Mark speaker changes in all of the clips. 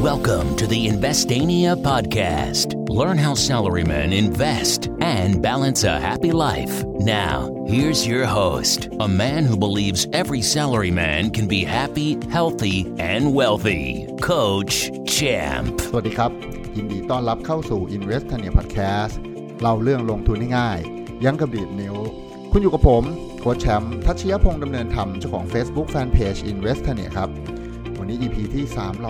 Speaker 1: Welcome to the Investania podcast. Learn how salarymen invest and balance a happy life. Now, here's your host, a man who believes every salaryman can be happy, healthy, and wealthy, Coach Champ.
Speaker 2: สวัสดีครับยินดีต้อนรับเข้าสู่ Investania podcast เล่าเรื่องลงทุนง่ายๆยั้งกับดีดนิ้วคุณอยู่กับผมโค้ชแชมป์ทัชยพงษ์ดำเนินธรรมเจ้าของ Facebook Fanpage Investania ครับวันนี้ EP ที่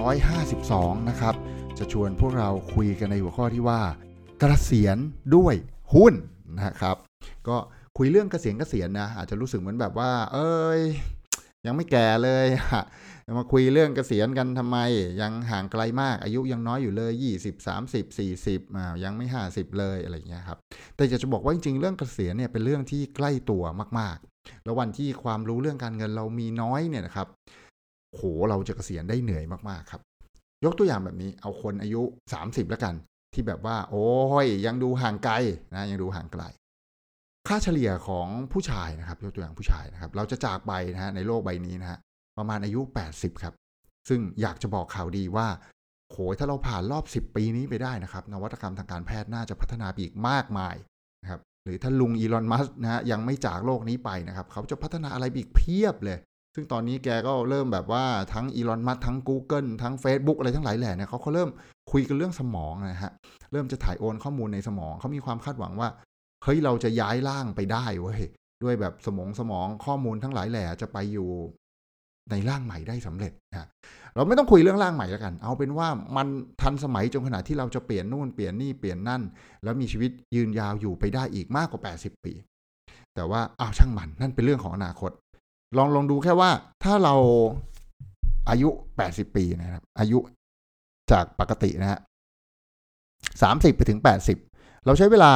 Speaker 2: 352นะครับจะชวนพวกเราคุยกันในหัวข้อที่ว่าเกษียณด้วยหุ้นนะครับก็คุยเรื่องเกษียณนะอาจจะรู้สึกเหมือนแบบว่ายังไม่แก่เลยมาคุยเรื่องเกษียณกันทำไมยังห่างไกลมากอายุยังน้อยอยู่เลย20 30 40ยังไม่50เลยอะไรอย่างเงี้ยครับแต่จะบอกว่าจริงๆเรื่องเกษียณเนี่ยเป็นเรื่องที่ใกล้ตัวมากๆแล้ววันที่ความรู้เรื่องการเงินเรามีน้อยเนี่ยนะครับโหเราจะเกษียณได้เหนื่อยมากๆครับยกตัวอย่างแบบนี้เอาคนอายุ30แล้วกันที่แบบว่าโอ้ยยังดูห่างไกลนะยังดูห่างไกลค่าเฉลี่ยของผู้ชายนะครับยกตัวอย่างผู้ชายนะครับเราจะจากไปนะฮะในโลกใบนี้นะฮะประมาณอายุ80ครับซึ่งอยากจะบอกข่าวดีว่าโหถ้าเราผ่านรอบ10ปีนี้ไปได้นะครับนวัตกรรมทางการแพทย์น่าจะพัฒนาไปอีกมากมายนะครับหรือถ้าลุงอีลอนมัสก์นะฮะยังไม่จากโลกนี้ไปนะครับเขาจะพัฒนาอะไรอีกเพียบเลยซึ่งตอนนี้แกก็เริ่มแบบว่าทั้งอีลอนมัสก์ทั้ง Google ทั้ง Facebook อะไรทั้งหลายแหล่เนี่ยเขาเริ่มคุยกันเรื่องสมองนะฮะเริ่มจะถ่ายโอนข้อมูลในสมองเขามีความคาดหวังว่าเฮ้ยเราจะย้ายร่างไปได้เว้ยด้วยแบบสมองข้อมูลทั้งหลายแหล่จะไปอยู่ในร่างใหม่ได้สำเร็จนะเราไม่ต้องคุยเรื่องร่างใหม่แล้วกันเอาเป็นว่ามันทันสมัยจนขนาดที่เราจะเปลี่ยนนู่นเปลี่ยนนี่เปลี่ยนนั่นแล้วมีชีวิตยืนยาวอยู่ไปได้อีกมากกว่า80ปีแต่ว่าช่างมันนั่นเป็นเรื่องของอนาคตลองดูแค่ว่าถ้าเราอายุ80ปีนะครับอายุจากปกตินะฮะ30ไปถึง80เราใช้เวลา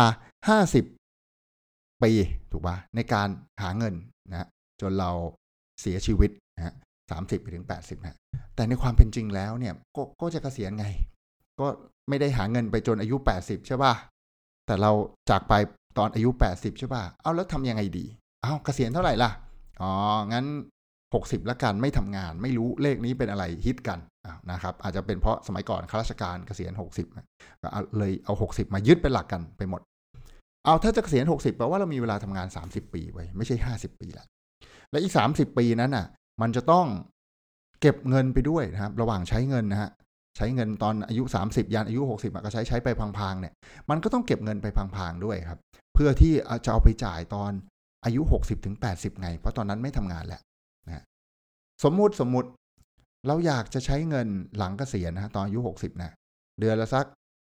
Speaker 2: 50ปีถูกป่ะในการหาเงินนะจนเราเสียชีวิตนะฮะ30ไปถึง80นะแต่ในความเป็นจริงแล้วเนี่ยก็จะเกษียณไงก็ไม่ได้หาเงินไปจนอายุ80ใช่ป่ะแต่เราจากไปตอนอายุ80ใช่ป่ะแล้วทำยังไงดีเกษียณเท่าไหร่ล่ะงั้น60ละกันไม่ทำงานไม่รู้เลขนี้เป็นอะไรฮิตกันนะครับอาจจะเป็นเพราะสมัยก่อนข้าราชการเกษียณ60ก็เลยเอา60มายึดเป็นหลักกันไปหมดถ้าจะเกษียณ60แปลว่าเรามีเวลาทำงาน30ปีไว้ไม่ใช่50ปีละและอีก30ปีนั้นน่ะมันจะต้องเก็บเงินไปด้วยนะครับระหว่างใช้เงินนะฮะใช้เงินตอนอายุ30ยันอายุ60ก็ใช้ไปพังๆเนี่ยมันก็ต้องเก็บเงินไปพังๆด้วยครับเพื่อที่จะเอาไปจ่ายตอนอายุ60ถึง80ไงเพราะตอนนั้นไม่ทำงานแล้วนะสมมุติเราอยากจะใช้เงินหลังเกษียณนะตอนอายุ60นะเดือนละสัก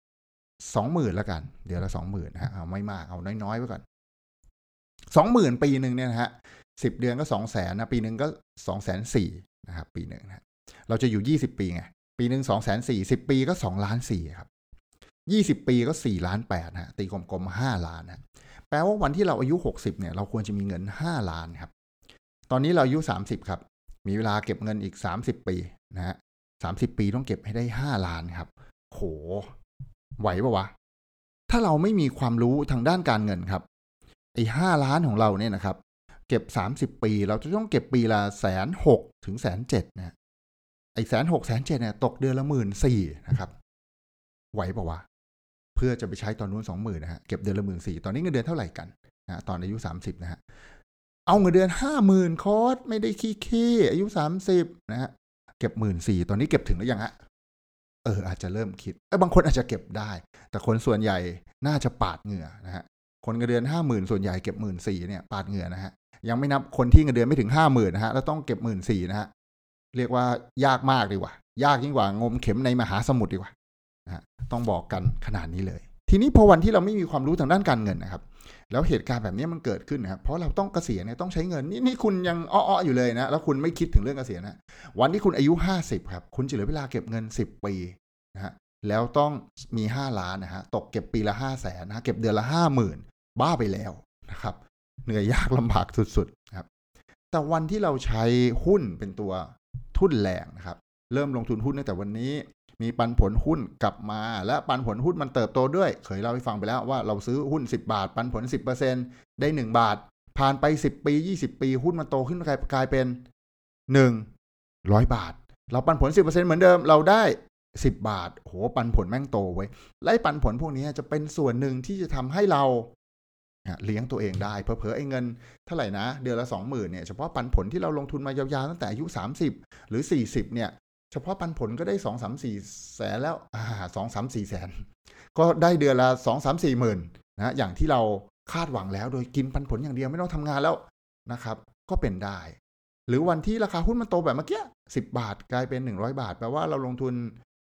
Speaker 2: 20,000 ละกันเดือนละ 20,000 นะฮะเอาไม่มากเอาน้อยๆไว้ก่อน 20,000 ปีนึงเนี่ยนะฮะ10เดือนก็ 200,000 นะปีนึงก็ 240,000 นะครับปีนึงนะเราจะอยู่20ปีไงปีนึง 240,000 10ปีก็2.4 ล้านครับ20ปีก็4.8 ล้านนะตีกลมๆ5ล้านนะแปลว่าวันที่เราอายุ60เนี่ยเราควรจะมีเงิน5ล้านครับตอนนี้เราอายุ30ครับมีเวลาเก็บเงินอีก30ปีนะฮะ30ปีต้องเก็บให้ได้5ล้านครับโหไหวป่ะวะถ้าเราไม่มีความรู้ทางด้านการเงินครับไอ้5ล้านของเราเนี่ยนะครับเก็บ30ปีเราจะต้องเก็บปีละ 160,000 ถึง 170,000 นะไอ้ 160,000 170,000 เนี่ยตกเดือนละ 14,000 นะครับไหวป่ะวะเพื่อจะไปใช้ตอนนู้น 20,000 นะฮะเก็บเดือนละ 14,000 ตอนนี้เงินเดือนเท่าไหร่กันนะตอนอายุ30นะฮะเอาเงินเดือน 50,000 คอร์สไม่ได้ขี้อายุ30นะฮะเก็บ 14,000 ตอนนี้เก็บถึงหรือยังฮะอาจจะเริ่มคิดบางคนอาจจะเก็บได้แต่คนส่วนใหญ่น่าจะปาดเหงื่อนะฮะคนเงินเดือน 50,000 ส่วนใหญ่เก็บ 14,000 เนี่ยปาดเหงื่อนะฮะยังไม่นับคนที่เงินเดือนไม่ถึง 50,000 นะฮะแล้วต้องเก็บ 14,000 นะฮะเรียกว่ายากมากดีกว่ายากยิ่งกว่างมเข็มในมหาสมุทรดีกว่านะฮะต้องบอกกันขนาดนี้เลยทีนี้พอวันที่เราไม่มีความรู้ทางด้านการเงินนะครับแล้วเหตุการณ์แบบนี้มันเกิดขึ้นนะครับเพราะเราต้องเกษียณเนี่ยต้องใช้เงินนี่คุณยังอ้ออยู่เลยนะแล้วคุณไม่คิดถึงเรื่องเกษียณนะวันที่คุณอายุ50ครับคุณจะเหลือเวลาเก็บเงิน10ปีนะฮะแล้วต้องมี5ล้านนะฮะตกเก็บปีละ 500,000 นะเก็บเดือนละ 50,000 บ้าไปแล้วนะครับเหนื่อยยากลำบากสุดๆนะครับแต่วันที่เราใช้หุ้นเป็นตัวทุนแรงนะครับเริ่มลงทุนหุ้นตั้งแต่วันนี้มีปันผลหุ้นกลับมาและปันผลหุ้นมันเติบโตด้วยเคยเล่าให้ฟังไปแล้วว่าเราซื้อหุ้น10บาทปันผล 10% ได้1บาทผ่านไป10ปี20ปีหุ้นมันโตขึ้นกลายเป็น100บาทเราปันผล 10% เหมือนเดิมเราได้ 10 บาทโหปันผลแม่งโตไว้ไล่ปันผลพวกนี้จะเป็นส่วนหนึ่งที่จะทำให้เราเลี้ยงตัวเองได้เผลอๆไอ้เงินเท่าไหร่นะเดือนละ 20,000 เนี่ยเฉพาะปันผลที่เราลงทุนมายาวๆตั้งแต่อายุ30หรือ40เนี่ยเฉพาะปันผลก็ได้ 2-3-4 แสนแล้ว2-3-4 แสนก็ได้เดือนละ 2-3-4 หมื่นนะอย่างที่เราคาดหวังแล้วโดยกินปันผลอย่างเดียวไม่ต้องทำงานแล้วนะครับก็เป็นได้หรือวันที่ราคาหุ้นมันโตแบบเมื่อกี้10 บาทกลายเป็น100 บาทแปลว่าเราลงทุน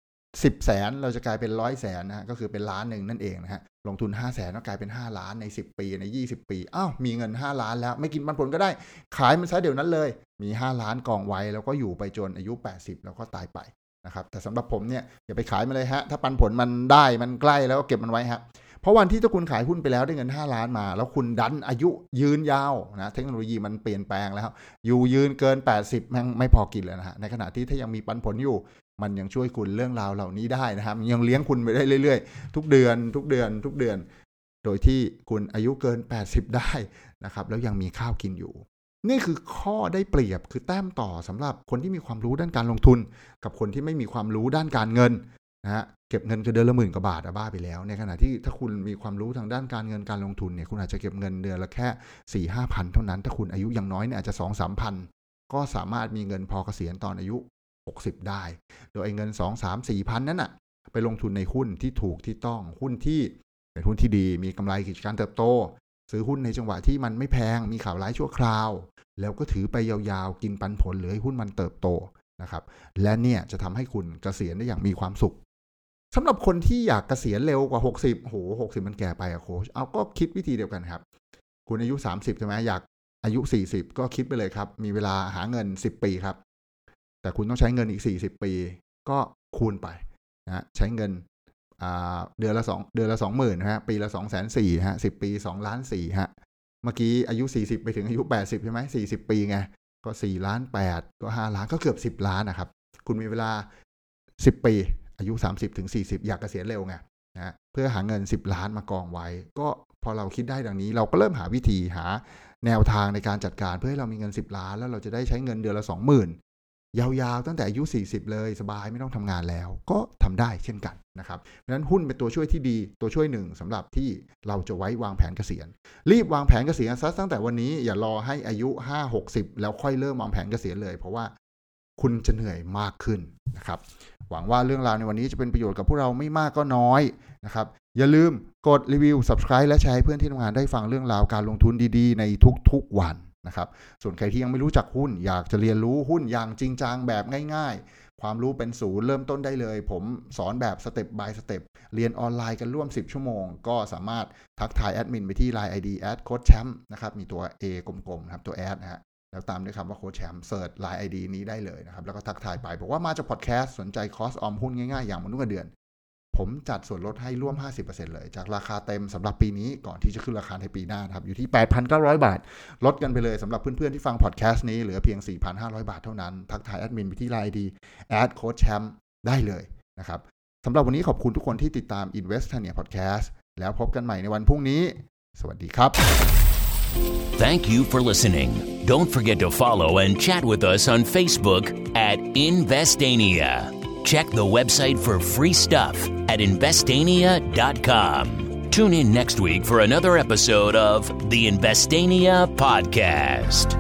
Speaker 2: 10 แสนเราจะกลายเป็น100 แสนนะก็คือเป็นล้านหนึ่งนั่นเองนะฮะลงทุน5 แสนก็กลายเป็น5 ล้านใน10 ปีใน20 ปีอ้าวมีเงิน5 ล้านแล้วไม่กินปันผลก็ได้ขายมันซะเดี๋ยวนั้นเลยมี5 ล้านกองไว้แล้วก็อยู่ไปจนอายุ80แล้วก็ตายไปนะครับแต่สำหรับผมเนี่ยอย่าไปขายมันเลยฮะถ้าปันผลมันได้มันใกล้แล้วก็เก็บมันไว้ฮะเพราะวันที่ถ้าคุณขายหุ้นไปแล้วได้เงิน5 ล้านมาแล้วคุณดันอายุยืนยาวนะเทคโนโลยีมันเปลี่ยนแปลงแล้วอยู่ยืนเกิน80มันไม่พอกินแล้วนะฮะในขณะที่ถ้ายังมีปันผลอยู่มันยังช่วยคุณเรื่องราวเหล่านี้ได้นะครับยังเลี้ยงคุณไปได้เรื่อยๆทุกเดือนโดยที่คุณอายุเกิน80ได้นะครับแล้วยังมีข้าวกินอยู่นี่คือข้อได้เปรียบคือแต้มต่อสำหรับคนที่มีความรู้ด้านการลงทุนกับคนที่ไม่มีความรู้ด้านการเงินนะฮะเก็บเงินเดือนละ10,000 กว่าบาทบ้าไปแล้วในขณะที่ถ้าคุณมีความรู้ทางด้านการเงินการลงทุนเนี่ยคุณอาจจะเก็บเงินเดือนละแค่ 4-5 พันเท่านั้นถ้าคุณอายุยังน้อยเนี่ยอาจจะ 2-3 พันก็สามารถมีเงินพอเกษียณตอนอายุ60ได้โดยเงิน 2-3-4 พันนั้นน่ะไปลงทุนในหุ้นที่ถูกที่ต้องหุ้นที่เป็นหุ้นที่ดีมีกำไรกิจการเติบโตซื้อหุ้นในจังหวะที่มันไม่แพงมีข่าวร้ายชั่วคราวแล้วก็ถือไปยาวๆกินปันผลหรือให้หุ้นมันเติบโตนะครับและเนี่ยจะทำให้คุณเกษียณได้อย่างมีความสุขสำหรับคนที่อยากเกษียณเร็วกว่า60โห60มันแก่ไปอะโค้ชเอาก็คิดวิธีเดียวกันครับคุณอายุ30ใช่ไหมอยากอายุ40ก็คิดไปเลยครับมีเวลาหาเงิน10 ปีครับแต่คุณต้องใช้เงินอีก40 ปีก็คูณไปนะใช้เงินเดือนละ 20,000 นะฮะปีละ 240,000 ฮะ10 ปี2.4 ล้านฮะเมื่อกี้อายุ40ไปถึงอายุ80ใช่ไหม40 ปีไงก็4.8 ล้านก็5 ล้านก็เกือบ10 ล้านนะครับคุณมีเวลา10 ปีอายุ30ถึง40อยากเกษียณเร็วไงนะเพื่อหาเงิน10 ล้านมากองไว้ก็พอเราคิดได้ดังนี้เราก็เริ่มหาวิธีหาแนวทางในการจัดการเพื่อให้เรามีเงิน10 ล้านแล้วเราจะได้ใช้เงินเดือนละ 20,000 ยาวๆตั้งแต่อายุ40เลยสบายไม่ต้องทำงานแล้วก็ทำได้เช่นกันนะครับเพราะฉะนั้นหุ้นเป็นตัวช่วยที่ดีตัวช่วยหนึ่งสำหรับที่เราจะไว้วางแผนเกษียณรีบวางแผนเกษียณซะตั้งแต่วันนี้อย่ารอให้อายุ 50-60 แล้วค่อยเริ่มวางแผนเกษียณเลยเพราะว่าคุณจะเหนื่อยมากขึ้นนะครับหวังว่าเรื่องราวในวันนี้จะเป็นประโยชน์กับพวกเราไม่มากก็น้อยนะครับอย่าลืมกดรีวิว Subscribe และแชร์ให้เพื่อนที่ทำงานได้ฟังเรื่องราวการลงทุนดีๆในทุกๆวันนะครับส่วนใครที่ยังไม่รู้จักหุ้นอยากจะเรียนรู้หุ้นอย่างจริงจังแบบง่ายๆความรู้เป็นศูนย์เริ่มต้นได้เลยผมสอนแบบสเต็ป by สเต็ปเรียนออนไลน์กันร่วม10 ชั่วโมงก็สามารถทักทายแอดมินไปที่ Line ID @coachchamp นะครับมีตัว A กลมๆนะครับตัวแอดนะฮะแล้วตามด้วยคำว่าโค้ชแชมป์เสิร์ช Line ID นี้ได้เลยนะครับแล้วก็ทักทายไปบอกว่ามาจากพอดแคสต์สนใจคอร์สออมหุ้นง่ายๆอย่างมนุษย์เงินเดือนผมจัดส่วนลดให้ร่วม 50% เลยจากราคาเต็มสำหรับปีนี้ก่อนที่จะขึ้นราคาในปีหน้านะครับอยู่ที่ 8,900 บาทลดกันไปเลยสำหรับเพื่อนๆที่ฟังพอดแคสต์นี้เหลือเพียง 4,500 บาทเท่านั้นทักทายแอดมินไปที่ Line ID @coachchamp ได้เลยนะครับสำหรับวันนี้ขอบคุณทุกคนที่ติดตาม Investania Podcast แล้วพบกันใหม่ในวันพรุ่งนี้สวัสดีครับ
Speaker 1: Thank you for listening. Don't forget to follow and chat with us on Facebook @Investania. Check the website for free stuff at Investania.com. Tune in next week for another episode of the Investania Podcast.